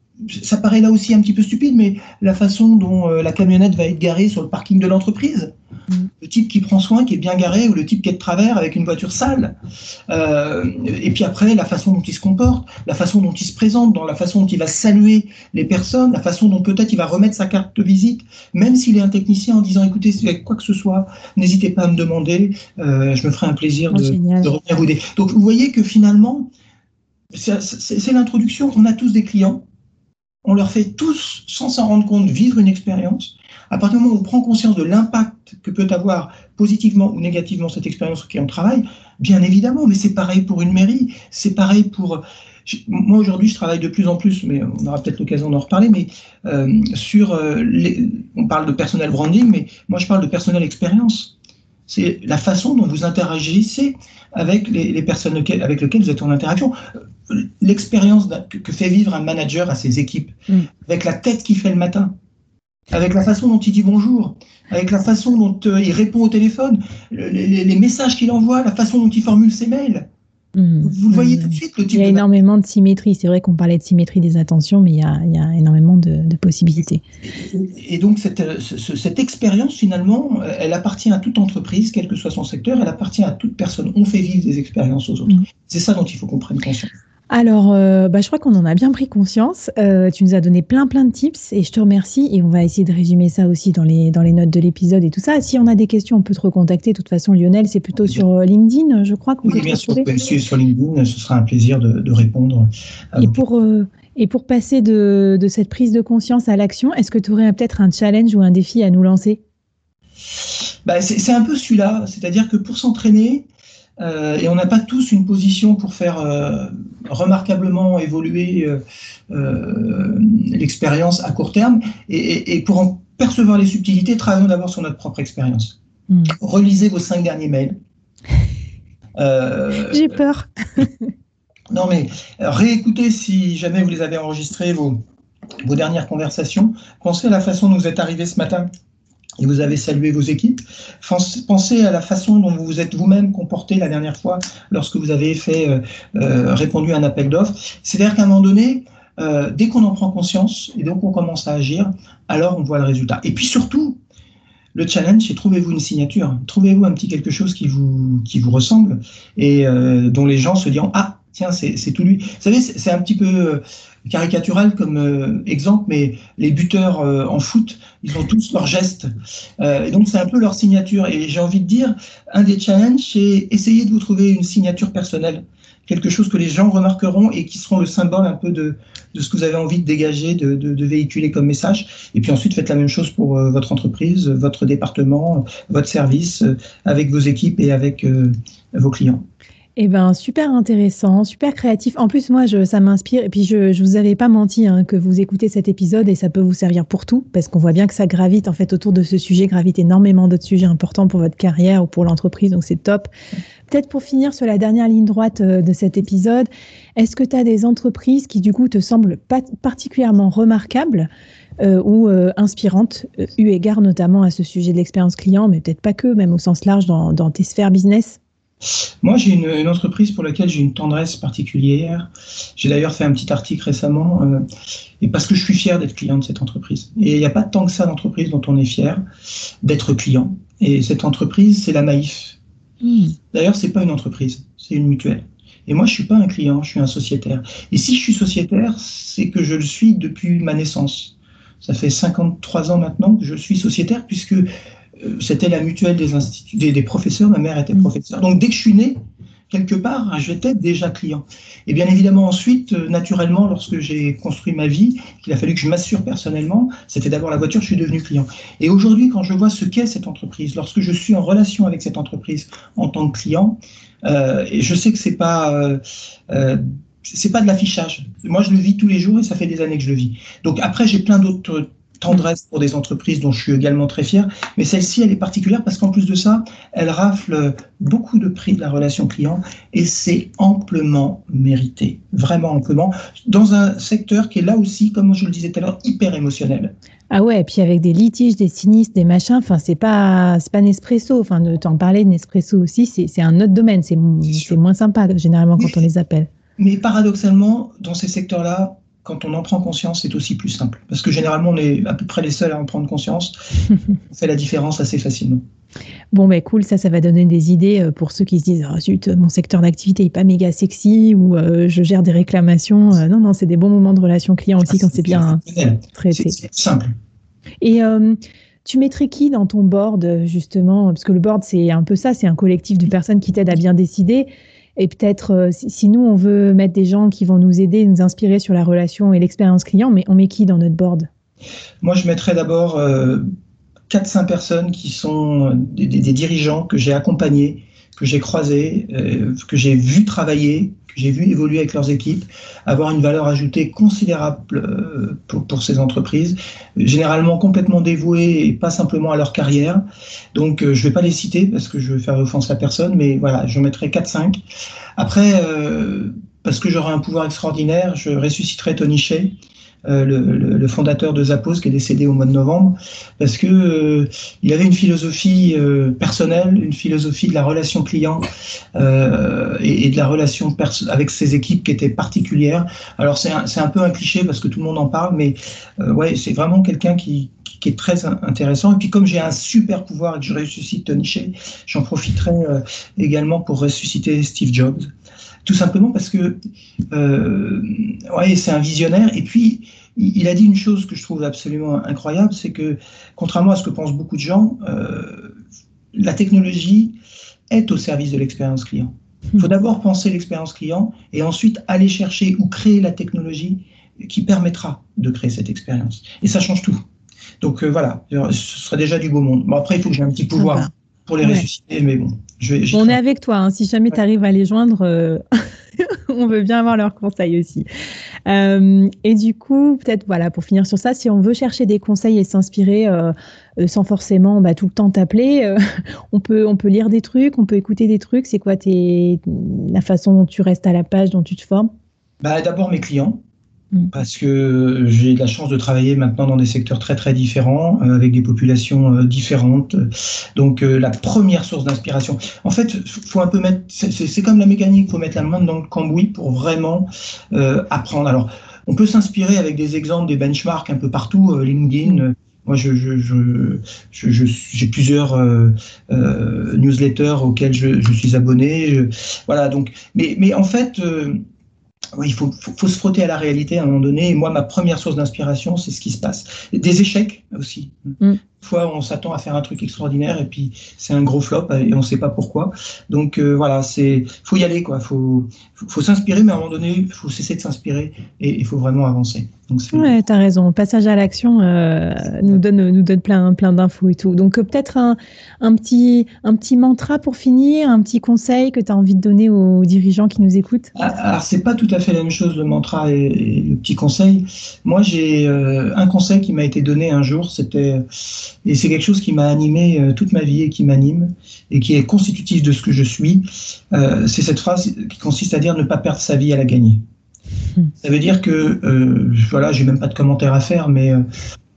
ça paraît là aussi un petit peu stupide, mais la façon dont euh, la camionnette va être garée sur le parking de l'entreprise, mmh. le type qui prend soin, qui est bien garé, ou le type qui est de travers avec une voiture sale, euh, et puis après la façon dont il se comporte, la façon dont il se présente, dans la façon dont il va saluer les personnes, la façon dont peut-être il va remettre sa carte de visite, même s'il est un technicien, en disant écoutez, si avec quoi que ce soit, n'hésitez pas à me demander, euh, je me ferai un plaisir oh, de, de revenir vous aider. Donc vous voyez que finalement, c'est, c'est, c'est l'introduction, on a tous des clients. On leur fait tous, sans s'en rendre compte, vivre une expérience. À partir du moment où on prend conscience de l'impact que peut avoir positivement ou négativement cette expérience sur qui on travaille, bien évidemment, mais c'est pareil pour une mairie, c'est pareil pour... Moi, aujourd'hui, je travaille de plus en plus, mais on aura peut-être l'occasion d'en reparler, mais euh, sur... Euh, les... On parle de personnel branding, mais moi, je parle de personnel expérience. C'est la façon dont vous interagissez avec les, les personnes avec lesquelles vous êtes en interaction. L'expérience que fait vivre un manager à ses équipes, mmh. avec la tête qu'il fait le matin, avec la façon dont il dit bonjour, avec la façon dont euh, il répond au téléphone, les, les, les messages qu'il envoie, la façon dont il formule ses mails. Mmh. Vous le voyez mmh. tout de suite, le type. Il y a de énormément de symétrie. C'est vrai qu'on parlait de symétrie des intentions, mais il y a, il y a énormément de, de possibilités. Et, et donc, cette, ce, cette expérience, finalement, elle appartient à toute entreprise, quel que soit son secteur, elle appartient à toute personne. On fait vivre des expériences aux autres. Mmh. C'est ça dont il faut qu'on prenne conscience. Alors, euh, bah, je crois qu'on en a bien pris conscience. Euh, tu nous as donné plein, plein de tips et je te remercie. Et on va essayer de résumer ça aussi dans les, dans les notes de l'épisode et tout ça. Si on a des questions, on peut te recontacter. De toute façon, Lionel, c'est plutôt sur LinkedIn, je crois qu'on oui, peut te bien retrouver. sûr, vous pouvez me suivre sur LinkedIn. Ce sera un plaisir de, de répondre. À et, pour, euh, et pour passer de, de cette prise de conscience à l'action, est-ce que tu aurais peut-être un challenge ou un défi à nous lancer ? bah, c'est, c'est un peu celui-là. C'est-à-dire que pour s'entraîner, Euh, et on n'a pas tous une position pour faire euh, remarquablement évoluer euh, euh, l'expérience à court terme. Et, et, et pour en percevoir les subtilités, travaillons d'abord sur notre propre expérience. Mmh. Relisez vos cinq derniers mails. Euh, J'ai peur. Non, mais réécoutez si jamais vous les avez enregistrés, vos, vos dernières conversations. Pensez à la façon dont vous êtes arrivé ce matin. Et vous avez salué vos équipes. Pensez à la façon dont vous vous êtes vous-même comporté la dernière fois lorsque vous avez fait euh, euh, répondu à un appel d'offres. C'est-à-dire qu'à un moment donné, euh, dès qu'on en prend conscience et donc on commence à agir, alors on voit le résultat. Et puis surtout, le challenge, c'est trouvez-vous une signature, trouvez-vous un petit quelque chose qui vous qui vous ressemble et euh, dont les gens se diront ah tiens c'est c'est tout lui. Vous savez c'est, c'est un petit peu euh, caricatural comme euh, exemple, mais les buteurs euh, en foot, ils ont tous leurs gestes. Euh, et donc, c'est un peu leur signature. Et j'ai envie de dire, un des challenges, c'est essayer de vous trouver une signature personnelle, quelque chose que les gens remarqueront et qui seront le symbole un peu de, de ce que vous avez envie de dégager, de, de, de véhiculer comme message. Et puis ensuite, faites la même chose pour euh, votre entreprise, votre département, votre service, euh, avec vos équipes et avec euh, vos clients. Eh ben, super intéressant, super créatif. En plus, moi, je, ça m'inspire. Et puis, je je vous avais pas menti hein, que vous écoutez cet épisode et ça peut vous servir pour tout, parce qu'on voit bien que ça gravite en fait autour de ce sujet, gravite énormément d'autres sujets importants pour votre carrière ou pour l'entreprise. Donc, c'est top. Peut-être pour finir sur la dernière ligne droite de cet épisode, est-ce que tu as des entreprises qui, du coup, te semblent pas particulièrement remarquables, euh, ou euh, inspirantes, euh, eu égard notamment à ce sujet de l'expérience client, mais peut-être pas que, même au sens large dans, dans tes sphères business? Moi, j'ai une, une entreprise pour laquelle j'ai une tendresse particulière. J'ai d'ailleurs fait un petit article récemment, euh, et parce que je suis fier d'être client de cette entreprise. Et il n'y a pas tant que ça d'entreprise dont on est fier d'être client. Et cette entreprise, c'est la Maïf. Mmh. D'ailleurs, c'est pas une entreprise, c'est une mutuelle. Et moi, je suis pas un client, je suis un sociétaire. Et si je suis sociétaire, c'est que je le suis depuis ma naissance. Ça fait cinquante-trois ans maintenant que je suis sociétaire, puisque c'était la mutuelle des, instituts, des, des professeurs, ma mère était professeure. Donc dès que je suis né, quelque part, j'étais déjà client. Et bien évidemment ensuite, naturellement, lorsque j'ai construit ma vie, qu'il a fallu que je m'assure personnellement, c'était d'abord la voiture, je suis devenu client. Et aujourd'hui, quand je vois ce qu'est cette entreprise, lorsque je suis en relation avec cette entreprise en tant que client, euh, et je sais que c'est pas... Euh, euh, c'est pas de l'affichage. Moi, je le vis tous les jours et ça fait des années que je le vis. Donc après, j'ai plein d'autres tendresse pour des entreprises dont je suis également très fier, mais celle-ci, elle est particulière parce qu'en plus de ça, elle rafle beaucoup de prix de la relation client et c'est amplement mérité, vraiment amplement, dans un secteur qui est là aussi, comme je le disais tout à l'heure, hyper émotionnel. Ah ouais, et puis avec des litiges, des sinistres, des machins, enfin c'est pas c'est pas Nespresso, enfin de t'en parler de Nespresso aussi, c'est c'est un autre domaine, c'est c'est moins sympa généralement quand mais, on les appelle. Mais paradoxalement, dans ces secteurs-là, quand on en prend conscience, c'est aussi plus simple. Parce que généralement, on est à peu près les seuls à en prendre conscience. On fait la différence assez facilement. Bon, ben bah, cool, ça, ça va donner des idées pour ceux qui se disent oh, « zut, mon secteur d'activité n'est pas méga sexy » ou euh, « je gère des réclamations euh, ». Non, non, c'est des bons moments de relation client aussi quand c'est bien traité. C'est simple. Et euh, tu mettrais qui dans ton board, justement? Parce que le board, c'est un peu ça, c'est un collectif de personnes qui t'aident à bien décider. Et peut-être, euh, si, si nous, on veut mettre des gens qui vont nous aider, nous inspirer sur la relation et l'expérience client, mais on met qui dans notre board? Moi, je mettrais d'abord euh, quatre cinq personnes qui sont des, des, des dirigeants que j'ai accompagnés, que j'ai croisés, euh, que j'ai vu travailler, que j'ai vu évoluer avec leurs équipes, avoir une valeur ajoutée considérable euh, pour, pour ces entreprises, généralement complètement dévouées et pas simplement à leur carrière. Donc, euh, je ne vais pas les citer parce que je veux faire offense à personne, mais voilà, je mettrai quatre cinq. Après, euh, parce que j'aurai un pouvoir extraordinaire, je ressusciterai Tony Hsieh, Euh, le, le, le fondateur de Zappos qui est décédé au mois de novembre, parce que euh, il avait une philosophie euh, personnelle, une philosophie de la relation client euh, et, et de la relation perso- avec ses équipes qui était particulière. Alors c'est un, c'est un peu un cliché parce que tout le monde en parle, mais euh, ouais, c'est vraiment quelqu'un qui, qui, qui est très intéressant. Et puis comme j'ai un super pouvoir et que je ressuscite Tony Hsieh, j'en profiterai euh, également pour ressusciter Steve Jobs. Tout simplement parce que euh, ouais, c'est un visionnaire. Et puis, il a dit une chose que je trouve absolument incroyable, c'est que, contrairement à ce que pensent beaucoup de gens, euh, la technologie est au service de l'expérience client. Il faut d'abord penser l'expérience client et ensuite aller chercher ou créer la technologie qui permettra de créer cette expérience. Et ça change tout. Donc euh, voilà, ce serait déjà du beau monde. Bon, après, il faut que j'ai un petit pouvoir Sympa. Pour les ouais. ressusciter, mais bon. Je vais, on est avec toi, hein. Si jamais tu arrives à les joindre, euh, on veut bien avoir leurs conseils aussi. Euh, et du coup, peut-être, voilà, pour finir sur ça, si on veut chercher des conseils et s'inspirer euh, euh, sans forcément bah, tout le temps t'appeler, euh, on peut, on peut lire des trucs, on peut écouter des trucs. C'est quoi tes, la façon dont tu restes à la page, dont tu te formes? Bah, d'abord mes clients. Parce que j'ai la chance de travailler maintenant dans des secteurs très très différents, euh, avec des populations euh, différentes. Donc euh, la première source d'inspiration, en fait, faut un peu mettre, c'est, c'est comme la mécanique, faut mettre la main dans le cambouis pour vraiment euh, apprendre. Alors, on peut s'inspirer avec des exemples, des benchmarks un peu partout, euh, LinkedIn. Euh, moi, je, je, je, je, je, j'ai plusieurs euh, euh, newsletters auxquels je, je suis abonné. Je, voilà, donc, mais, mais en fait. Euh, Oui, il faut, faut, faut se frotter à la réalité à un moment donné. Et moi, ma première source d'inspiration, c'est ce qui se passe. Des échecs aussi. Mm. Des fois, on s'attend à faire un truc extraordinaire et puis c'est un gros flop et on ne sait pas pourquoi. Donc euh, voilà, c'est faut y aller, quoi. Faut, faut, faut s'inspirer, mais à un moment donné, il faut cesser de s'inspirer et il faut vraiment avancer. Donc, c'est... Ouais, t'as raison. Le passage à l'action euh, nous donne, nous donne plein, plein d'infos et tout. Donc euh, peut-être un, un petit, un petit mantra pour finir, un petit conseil que tu as envie de donner aux dirigeants qui nous écoutent. Alors c'est pas tout à fait la même chose le mantra et, et le petit conseil. Moi j'ai euh, un conseil qui m'a été donné un jour, c'était et c'est quelque chose qui m'a animé euh, toute ma vie et qui m'anime et qui est constitutif de ce que je suis. Euh, c'est cette phrase qui consiste à dire ne pas perdre sa vie à la gagner. Ça veut dire que, euh, voilà, j'ai même pas de commentaire à faire, mais euh,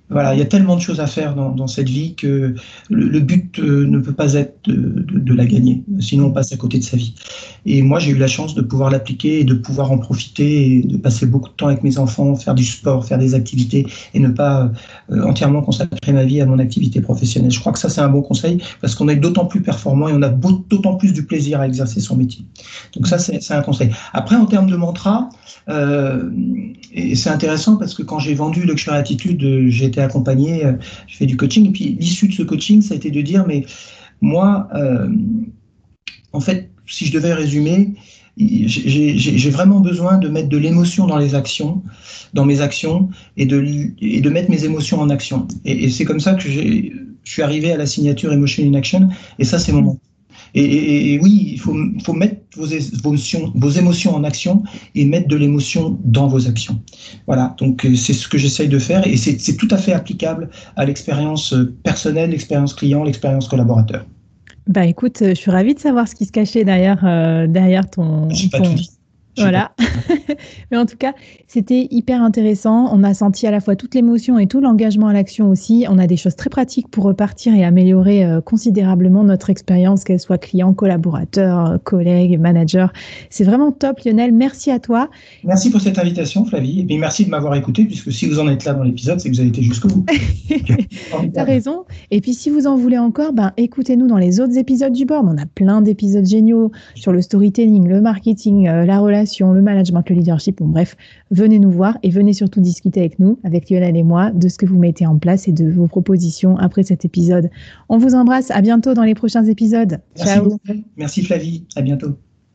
Voilà, il y a tellement de choses à faire dans, dans cette vie que le, le but euh, ne peut pas être de, de, de la gagner, sinon on passe à côté de sa vie. Et moi, j'ai eu la chance de pouvoir l'appliquer et de pouvoir en profiter et de passer beaucoup de temps avec mes enfants, faire du sport, faire des activités et ne pas euh, entièrement consacrer ma vie à mon activité professionnelle. Je crois que ça, c'est un bon conseil parce qu'on est d'autant plus performant et on a d'autant plus du plaisir à exercer son métier. Donc ça, c'est, c'est un conseil. Après, en termes de mantra, euh, et c'est intéressant parce que quand j'ai vendu Luxury Attitude, j'ai été accompagné, euh, je fais du coaching, et puis l'issue de ce coaching, ça a été de dire, mais moi, euh, en fait, si je devais résumer, j'ai, j'ai, j'ai vraiment besoin de mettre de l'émotion dans les actions, dans mes actions, et de, et de mettre mes émotions en action. Et, et c'est comme ça que j'ai, je suis arrivé à la signature Emotion in Action, et ça, c'est mon moment. Et, et, et oui, il faut, faut mettre vos, vos, émotions, vos émotions en action et mettre de l'émotion dans vos actions. Voilà, donc c'est ce que j'essaye de faire et c'est, c'est tout à fait applicable à l'expérience personnelle, l'expérience client, l'expérience collaborateur. Bah écoute, je suis ravie de savoir ce qui se cachait derrière, euh, derrière ton... J'ai pas ton... tout dit. Voilà. Mais en tout cas, c'était hyper intéressant. On a senti à la fois toute l'émotion et tout l'engagement à l'action aussi. On a des choses très pratiques pour repartir et améliorer euh, considérablement notre expérience, qu'elle soit client, collaborateur, collègue, manager. C'est vraiment top, Lionel. Merci à toi. Merci pour cette invitation, Flavie. Et puis merci de m'avoir écouté, puisque si vous en êtes là dans l'épisode, c'est que vous avez été jusqu'au bout. T'as raison. Et puis, si vous en voulez encore, ben, écoutez-nous dans les autres épisodes du board. On a plein d'épisodes géniaux sur le storytelling, le marketing, euh, la relation, le management, le leadership. Bon, bref, venez nous voir et venez surtout discuter avec nous, avec Lionel et moi, de ce que vous mettez en place et de vos propositions après cet épisode. On vous embrasse. À bientôt dans les prochains épisodes. Merci Ciao. beaucoup. Merci Flavie. À bientôt.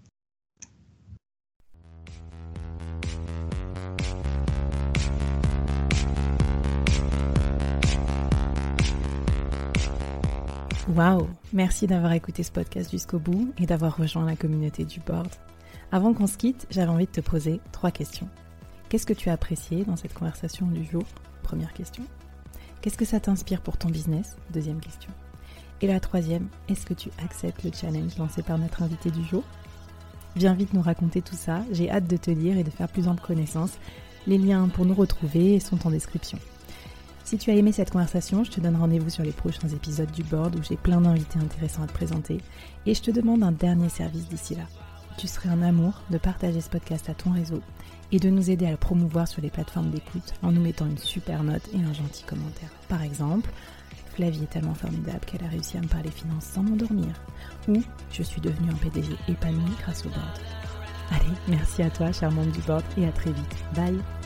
Waouh! Merci d'avoir écouté ce podcast jusqu'au bout et d'avoir rejoint la communauté du board. Avant qu'on se quitte, j'avais envie de te poser trois questions. Qu'est-ce que tu as apprécié dans cette conversation du jour? Première question. Qu'est-ce que ça t'inspire pour ton business? Deuxième question. Et la troisième, est-ce que tu acceptes le challenge lancé par notre invité du jour? Viens vite nous raconter tout ça, j'ai hâte de te lire et de faire plus ample connaissance. Les liens pour nous retrouver sont en description. Si tu as aimé cette conversation, je te donne rendez-vous sur les prochains épisodes du board où j'ai plein d'invités intéressants à te présenter et je te demande un dernier service d'ici là. Tu serais un amour de partager ce podcast à ton réseau et de nous aider à le promouvoir sur les plateformes d'écoute en nous mettant une super note et un gentil commentaire. Par exemple, Flavie est tellement formidable qu'elle a réussi à me parler finances sans m'endormir, ou je suis devenue un P D G épanoui grâce au board. Allez, merci à toi, chère membre du board, et à très vite. Bye!